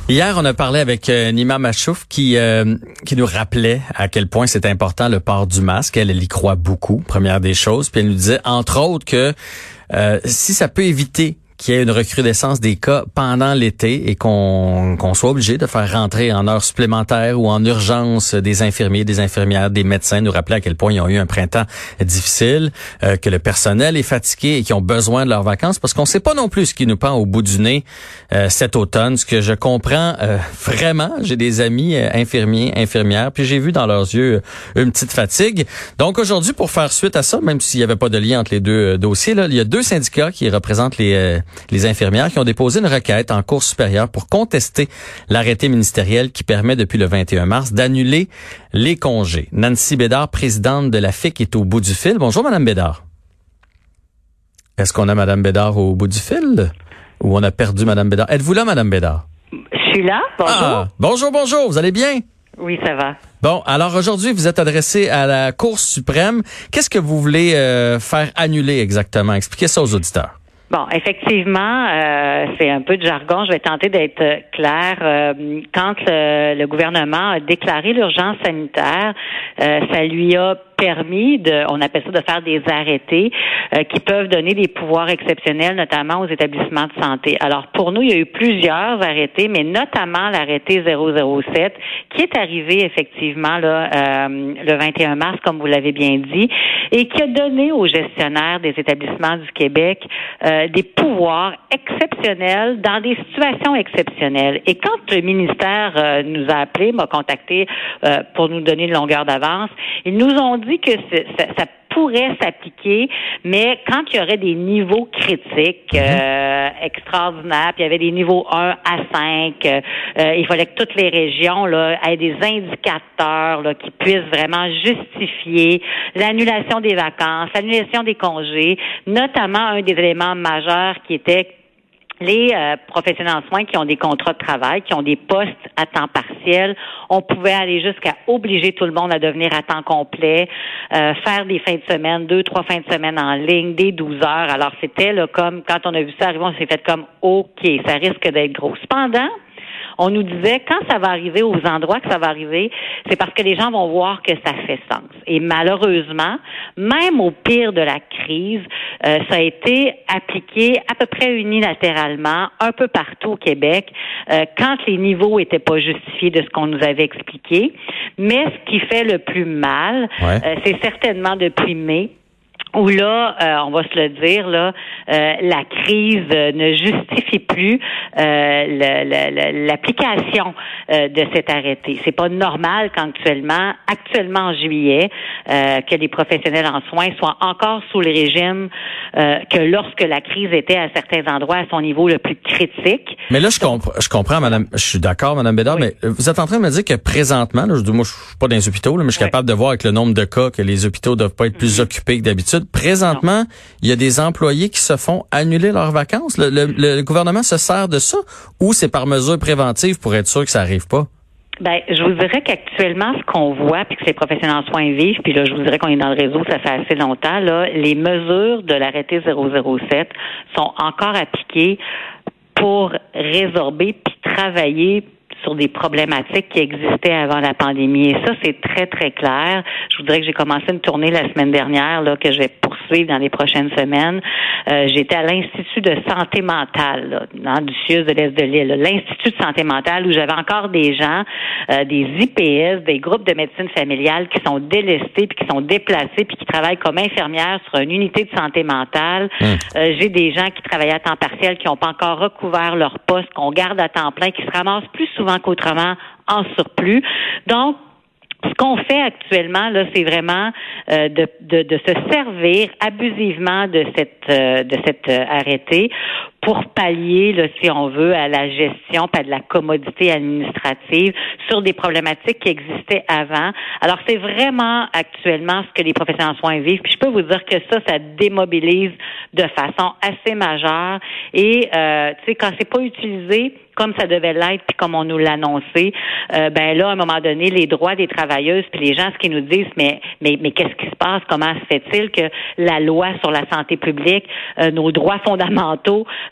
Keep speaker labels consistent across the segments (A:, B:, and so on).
A: Hier, on a parlé avec Nima Machouf qui nous rappelait à quel point c'est important le port du masque. Elle y croit beaucoup, première des choses. Puis elle nous disait, entre autres, que si ça peut éviter qu'il y ait une recrudescence des cas pendant l'été et qu'on soit obligé de faire rentrer en heures supplémentaires ou en urgence des infirmiers, des infirmières, des médecins, nous rappeler à quel point ils ont eu un printemps difficile, que le personnel est fatigué et qu'ils ont besoin de leurs vacances, parce qu'on sait pas non plus ce qui nous pend au bout du nez cet automne. Ce que je comprends vraiment, j'ai des amis infirmiers, infirmières, puis j'ai vu dans leurs yeux une petite fatigue. Donc aujourd'hui, pour faire suite à ça, même s'il y avait pas de lien entre les deux dossiers, là, il y a deux syndicats qui représentent les infirmières qui ont déposé une requête en Cour supérieure pour contester l'arrêté ministériel qui permet depuis le 21 mars d'annuler les congés. Nancy Bédard, présidente de la FIC, est au bout du fil. Bonjour, Madame Bédard. Est-ce qu'on a Madame Bédard au bout du fil? Ou on a perdu Madame Bédard? Êtes-vous là, Madame Bédard?
B: Je suis là. Bonjour.
A: Ah, bonjour. Vous allez bien?
B: Oui, ça va.
A: Bon, alors aujourd'hui, vous êtes adressé à la Cour suprême. Qu'est-ce que vous voulez faire annuler exactement? Expliquez ça aux auditeurs.
B: Bon, effectivement, c'est un peu de jargon. Je vais tenter d'être claire. Quand le gouvernement a déclaré l'urgence sanitaire, ça lui a permis on appelle ça de faire des arrêtés qui peuvent donner des pouvoirs exceptionnels, notamment aux établissements de santé. Alors, pour nous, il y a eu plusieurs arrêtés, mais notamment l'arrêté 007, qui est arrivé effectivement là le 21 mars, comme vous l'avez bien dit, et qui a donné aux gestionnaires des établissements du Québec des pouvoirs exceptionnels dans des situations exceptionnelles. Et quand le ministère nous a appelés, m'a contacté pour nous donner une longueur d'avance, ils nous ont dit que ça pourrait s'appliquer, mais quand il y aurait des niveaux critiques extraordinaires, puis il y avait des niveaux 1 à 5, il fallait que toutes les régions là, aient des indicateurs là, qui puissent vraiment justifier l'annulation des vacances, l'annulation des congés, notamment un des éléments majeurs qui était les professionnels en soins qui ont des contrats de travail, qui ont des postes à temps partiel. On pouvait aller jusqu'à obliger tout le monde à devenir à temps complet, faire des fins de semaine, 2-3 fins de semaine en ligne, des 12 heures. Alors, c'était là comme, quand on a vu ça arriver, on s'est fait comme, OK, ça risque d'être gros. Cependant, on nous disait, quand ça va arriver aux endroits que ça va arriver, c'est parce que les gens vont voir que ça fait sens. Et malheureusement, même au pire de la crise, ça a été appliqué à peu près unilatéralement, un peu partout au Québec, quand les niveaux étaient pas justifiés de ce qu'on nous avait expliqué. Mais ce qui fait le plus mal, c'est certainement depuis mai, où là, on va se le dire, là, la crise ne justifie plus l'application de cet arrêté. C'est pas normal qu'actuellement, en juillet, que les professionnels en soins soient encore sous le régime que lorsque la crise était à certains endroits à son niveau le plus critique.
A: Mais là, je comprends, Madame. Je suis d'accord, Madame Bédard, mais vous êtes en train de me dire que présentement, là, moi, je suis pas dans les hôpitaux, là, mais je suis capable de voir avec le nombre de cas que les hôpitaux doivent pas être plus occupés que d'habitude. Présentement, il y a des employés qui se font annuler leurs vacances. Le gouvernement se sert de ça ou c'est par mesure préventive pour être sûr que ça arrive pas?
B: Ben, je vous dirais qu'actuellement, ce qu'on voit, puis que les professionnels en soins vivent, puis là, je vous dirais qu'on est dans le réseau, ça fait assez longtemps, là, les mesures de l'arrêté 007 sont encore appliquées pour résorber puis travailler sur des problématiques qui existaient avant la pandémie. Et ça, c'est très, très clair. Je voudrais que j'ai commencé une tournée la semaine dernière, là, que je vais poursuivre dans les prochaines semaines. J'étais à l'Institut de santé mentale, là, dans du CIUS de l'Est de l'île, là, l'Institut de santé mentale, où j'avais encore des gens, des IPS, des groupes de médecine familiale qui sont délestés, puis qui sont déplacés, puis qui travaillent comme infirmières sur une unité de santé mentale. J'ai des gens qui travaillaient à temps partiel, qui n'ont pas encore recouvert leur poste, qu'on garde à temps plein, qui se ramassent plus souvent qu'autrement en surplus. Donc, ce qu'on fait actuellement, là, c'est vraiment de se servir abusivement de cet arrêté pour pallier, là, si on veut, à la gestion, pas de la commodité administrative sur des problématiques qui existaient avant. Alors, c'est vraiment actuellement ce que les professionnels en soins vivent. Puis je peux vous dire que ça démobilise de façon assez majeure. Et, tu sais, quand c'est pas utilisé comme ça devait l'être, puis comme on nous l'annonçait, ben là, à un moment donné, les droits des travailleuses, puis les gens, ce qu'ils nous disent, mais qu'est-ce qui se passe? Comment se fait-il que la loi sur la santé publique, nos droits fondamentaux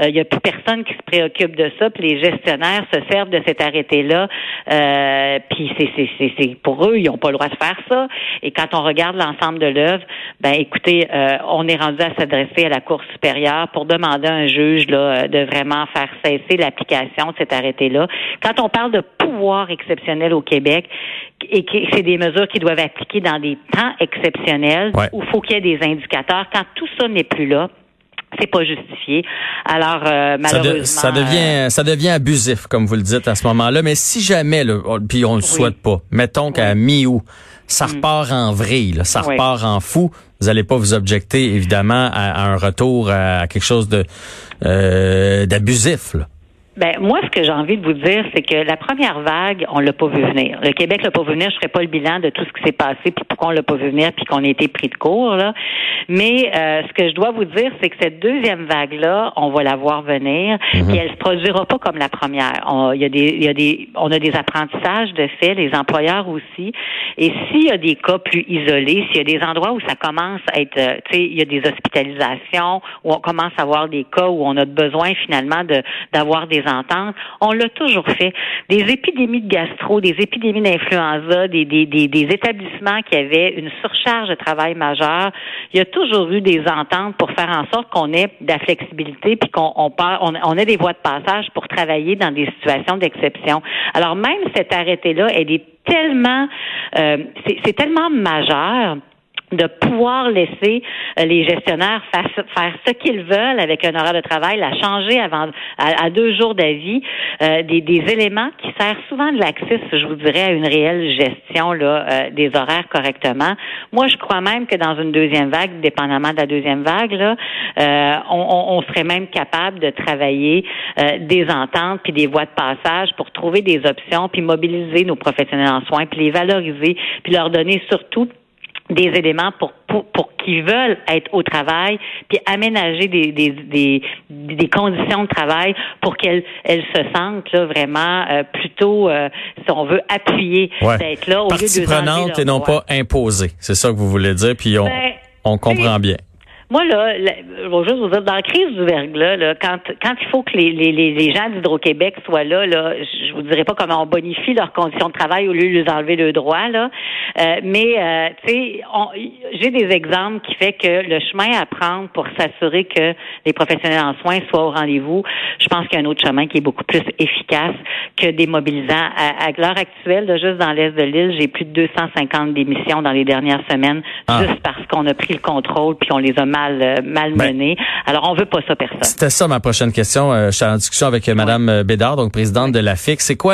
B: il y a plus personne qui se préoccupe de ça, puis les gestionnaires se servent de cet arrêté-là, puis c'est pour eux, ils n'ont pas le droit de faire ça. Et quand on regarde l'ensemble de l'œuvre, ben écoutez, on est rendu à s'adresser à la Cour supérieure pour demander à un juge là de vraiment faire cesser l'application de cet arrêté-là. Quand on parle de pouvoir exceptionnel au Québec, et que c'est des mesures qui doivent appliquer dans des temps exceptionnels, où il faut qu'il y ait des indicateurs. Quand tout ça n'est plus là, c'est pas justifié. Alors malheureusement,
A: ça devient abusif, comme vous le dites à ce moment-là. Mais si jamais, là, puis on le souhaite pas, mettons qu'à mi-août, ça repart en vrille, là, ça repart en fou. Vous allez pas vous objecter évidemment à un retour à quelque chose de d'abusif, là.
B: Ben moi, ce que j'ai envie de vous dire, c'est que la première vague, on l'a pas vu venir. Le Québec l'a pas vu venir. Je ferai pas le bilan de tout ce qui s'est passé, puis pourquoi on l'a pas vu venir, puis qu'on a été pris de court là. Mais ce que je dois vous dire, c'est que cette deuxième vague-là, on va la voir venir, puis elle se produira pas comme la première. On a des apprentissages de fait, les employeurs aussi. Et s'il y a des cas plus isolés, s'il y a des endroits où ça commence à être, tu sais, il y a des hospitalisations, où on commence à avoir des cas où on a besoin finalement d'avoir des ententes, on l'a toujours fait. Des épidémies de gastro, des épidémies d'influenza, des établissements qui avaient une surcharge de travail majeure, il y a toujours eu des ententes pour faire en sorte qu'on ait de la flexibilité puis qu'on ait des voies de passage pour travailler dans des situations d'exception. Alors même cet arrêté-là, c'est tellement majeur de pouvoir laisser les gestionnaires faire ce qu'ils veulent avec un horaire de travail, la changer à 2 jours d'avis, des éléments qui servent souvent de laxisme, je vous dirais, à une réelle gestion là des horaires correctement. Moi, je crois même que dans une deuxième vague, dépendamment de la deuxième vague, là, on serait même capable de travailler des ententes puis des voies de passage pour trouver des options puis mobiliser nos professionnels en soins puis les valoriser puis leur donner surtout des éléments pour qu'ils veulent être au travail, puis aménager des conditions de travail pour qu'elles se sentent là vraiment plutôt, si on veut, appuyées d'être là au lieu de
A: partie prenante et non pas imposée. C'est ça que vous voulez dire, puis on comprend bien.
B: Moi, là, je vais juste vous dire, dans la crise du verglas, là, quand il faut que les gens d'Hydro-Québec soient là, je vous dirais pas comment on bonifie leurs conditions de travail au lieu de les enlever le droit, là. Mais, tu sais, j'ai des exemples qui fait que le chemin à prendre pour s'assurer que les professionnels en soins soient au rendez-vous, je pense qu'il y a un autre chemin qui est beaucoup plus efficace que démobilisant. À l'heure actuelle, là, juste dans l'est de l'île, j'ai plus de 250 démissions dans les dernières semaines, juste parce qu'on a pris le contrôle puis on les a mal mené. Alors, on veut pas ça, personne. C'était
A: ça ma prochaine question. Je suis en discussion avec Mme Bédard, donc présidente de la FIC. C'est quoi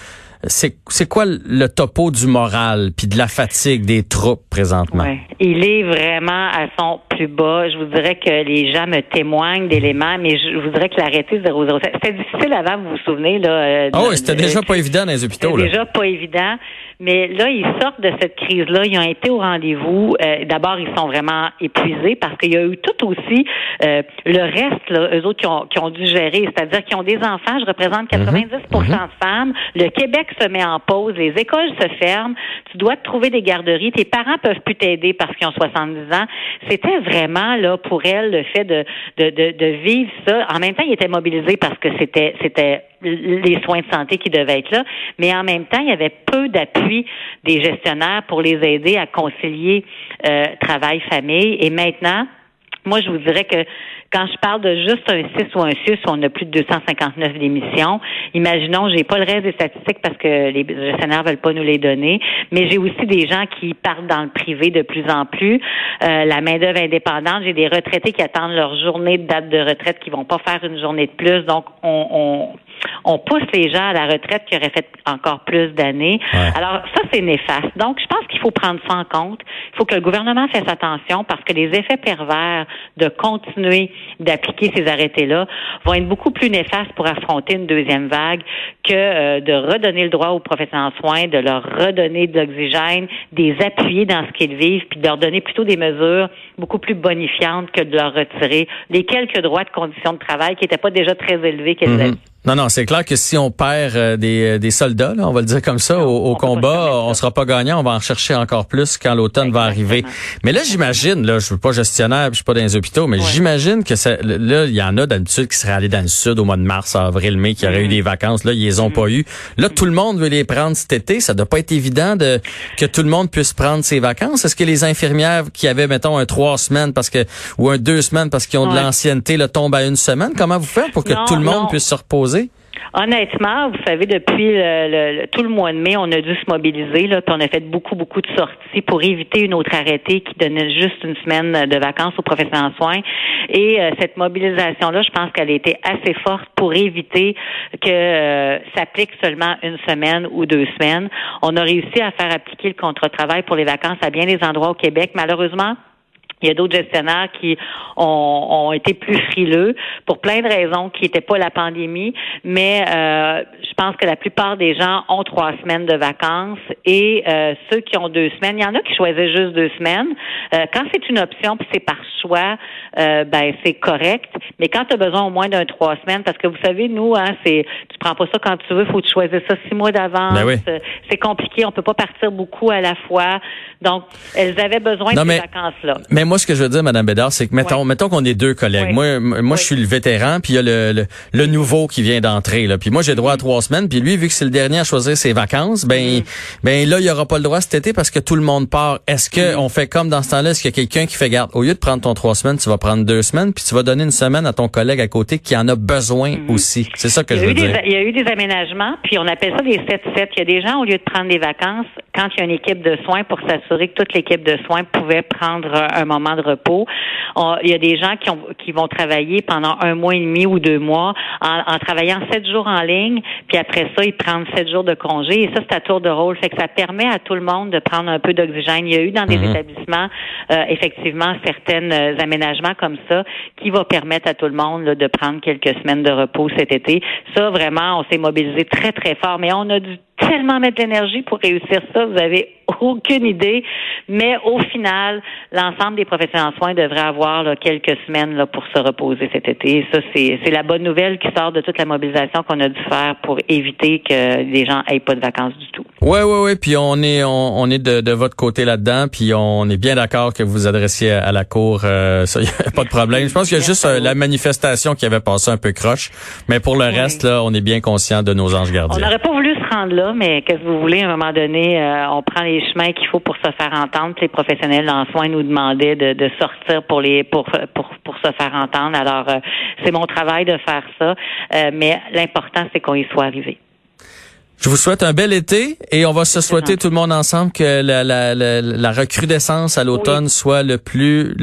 A: le topo du moral puis de la fatigue des troupes présentement?
B: Ouais. Il est vraiment à son plus bas. Je vous dirais que les gens me témoignent d'éléments, mais je vous dirais que l'arrêté 007, c'était difficile avant, vous vous souvenez, là.
A: C'était déjà pas évident dans les hôpitaux,
B: là. C'était déjà pas évident. Mais là, ils sortent de cette crise-là. Ils ont été au rendez-vous. D'abord, ils sont vraiment épuisés parce qu'il y a eu tout aussi le reste, là, eux autres qui ont dû gérer. C'est-à-dire qu'ils ont des enfants. Je représente 90% de femmes. Le Québec se met en pause. Les écoles se ferment. Tu dois te trouver des garderies. Tes parents peuvent plus t'aider parce qu'ils ont 70 ans. C'était vraiment, là, pour elles, le fait de vivre ça. En même temps, ils étaient mobilisés parce que c'était les soins de santé qui devaient être là, mais en même temps, il y avait peu d'appui des gestionnaires pour les aider à concilier travail-famille. Et maintenant, moi, je vous dirais que quand je parle de juste un 6 ou un 6 où on a plus de 259 démissions, imaginons, j'ai pas le reste des statistiques parce que les gestionnaires veulent pas nous les donner, mais j'ai aussi des gens qui partent dans le privé de plus en plus. La main-d'œuvre indépendante, j'ai des retraités qui attendent leur journée de date de retraite, qui vont pas faire une journée de plus. Donc, on pousse les gens à la retraite qui auraient fait encore plus d'années. Ouais. Alors, ça, c'est néfaste. Donc, je pense qu'il faut prendre ça en compte. Il faut que le gouvernement fasse attention parce que les effets pervers de continuer d'appliquer ces arrêtés-là vont être beaucoup plus néfastes pour affronter une deuxième vague que de redonner le droit aux professionnels en soins, de leur redonner de l'oxygène, des appuyer dans ce qu'ils vivent, puis de leur donner plutôt des mesures beaucoup plus bonifiantes que de leur retirer les quelques droits de conditions de travail qui n'étaient pas déjà très élevés qu'elles avaient.
A: Non, c'est clair que si on perd des soldats, là, on va le dire comme ça, au combat, on sera pas gagnant, on va en chercher encore plus quand l'automne va arriver. Mais là, j'imagine, là, je suis pas gestionnaire, je suis pas dans les hôpitaux, mais j'imagine que là, il y en a d'habitude qui seraient allés dans le sud au mois de mars, avril, mai, qui auraient eu des vacances. Là, ils les ont pas eu. Là, tout le monde veut les prendre cet été. Ça doit pas être évident que tout le monde puisse prendre ses vacances. Est-ce que les infirmières qui avaient, mettons, 3 semaines ou 2 semaines parce qu'ils ont de l'ancienneté, là, tombent à 1 semaine? Comment vous faites pour que tout le monde puisse se reposer?
B: Honnêtement, vous savez, depuis tout le mois de mai, on a dû se mobiliser, là, puis on a fait beaucoup de sorties pour éviter une autre arrêté qui donnait juste 1 semaine de vacances aux professionnels en soins. Et cette mobilisation-là, je pense qu'elle a été assez forte pour éviter que s'applique seulement 1 semaine ou 2 semaines. On a réussi à faire appliquer le contrat de travail pour les vacances à bien des endroits au Québec. Malheureusement, il y a d'autres gestionnaires qui ont été plus frileux pour plein de raisons qui n'étaient pas la pandémie, mais je pense que la plupart des gens ont 3 semaines de vacances et ceux qui ont 2 semaines, il y en a qui choisissent juste 2 semaines. Quand c'est une option puis c'est par choix, c'est correct. Mais quand tu as besoin au moins d'un 3 semaines, parce que vous savez, nous, tu prends pas ça quand tu veux, faut que tu choisisses ça 6 mois d'avance.
A: Ben oui.
B: C'est compliqué, on peut pas partir beaucoup à la fois. Donc, elles avaient besoin de ces vacances-là.
A: Mais moi, ce que je veux dire, Mme Bédard, c'est que mettons qu'on est 2 collègues. Moi, je suis le vétéran, puis il y a le nouveau qui vient d'entrer. Là. Puis moi, j'ai droit à 3 semaines. Puis lui, vu que c'est le dernier à choisir ses vacances, ben là, il aura pas le droit cet été parce que tout le monde part. Est-ce que on fait comme dans ce temps-là? Est-ce qu'il y a quelqu'un qui fait garde? Au lieu de prendre ton 3 semaines, tu vas prendre 2 semaines, puis tu vas donner 1 semaine à ton collègue à côté qui en a besoin aussi. C'est ça que je veux dire.
B: Il y a eu des aménagements, puis on appelle ça des 7-7. Il y a des gens, au lieu de prendre des vacances, quand il y a une équipe de soins pour s'assurer que toute l'équipe de soins pouvait prendre un moment de repos. Il y a des gens qui vont travailler pendant 1 mois et demi ou 2 mois en travaillant 7 jours en ligne, puis après ça, ils prennent 7 jours de congé. Et ça, c'est à tour de rôle. Fait que ça permet à tout le monde de prendre un peu d'oxygène. Il y a eu dans des établissements, effectivement, certains aménagements comme ça qui va permettre à tout le monde là, de prendre quelques semaines de repos cet été. Ça, vraiment, on s'est mobilisé très, très fort. Mais on a dû tellement mettre de l'énergie pour réussir ça, vous avez aucune idée. Mais au final, l'ensemble des professionnels en soins devraient avoir là, quelques semaines là, pour se reposer cet été. Et ça, c'est la bonne nouvelle qui sort de toute la mobilisation qu'on a dû faire pour éviter que les gens aient pas de vacances du tout.
A: Oui. Puis on est de votre côté là-dedans. Puis on est bien d'accord que vous vous adressiez à la cour. Ça, y a pas de problème. Je pense qu'il y a juste la manifestation qui avait passé un peu croche. Mais pour le reste, là, on est bien conscient de nos anges gardiens.
B: On n'aurait pas voulu se rendre là, mais qu'est-ce que vous voulez, à un moment donné, on prend les chemins qu'il faut pour se faire entendre. Les professionnels en soins nous demandaient de sortir pour se faire entendre. Alors, c'est mon travail de faire ça, mais l'important, c'est qu'on y soit arrivé.
A: Je vous souhaite un bel été et on va se souhaiter tout le monde ensemble que la recrudescence à l'automne soit le plus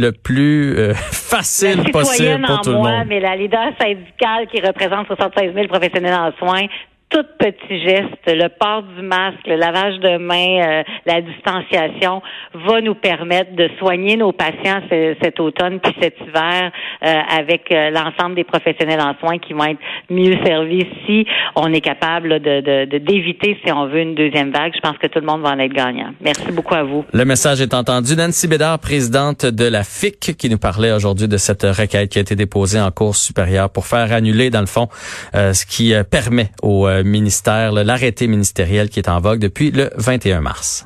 A: facile possible pour tout le monde.
B: Mais la leader syndicale qui représente 76 000 professionnels en soins, tout petit geste, le port du masque, le lavage de mains, la distanciation va nous permettre de soigner nos patients cet automne puis cet hiver avec l'ensemble des professionnels en soins qui vont être mieux servis si on est capable là, d'éviter, si on veut, une deuxième vague. Je pense que tout le monde va en être gagnant. Merci beaucoup à vous.
A: Le message est entendu. Nancy Bédard, présidente de la FIC, qui nous parlait aujourd'hui de cette requête qui a été déposée en Cour supérieure pour faire annuler, dans le fond, ce qui permet au ministère, l'arrêté ministériel qui est en vogue depuis le 21 mars.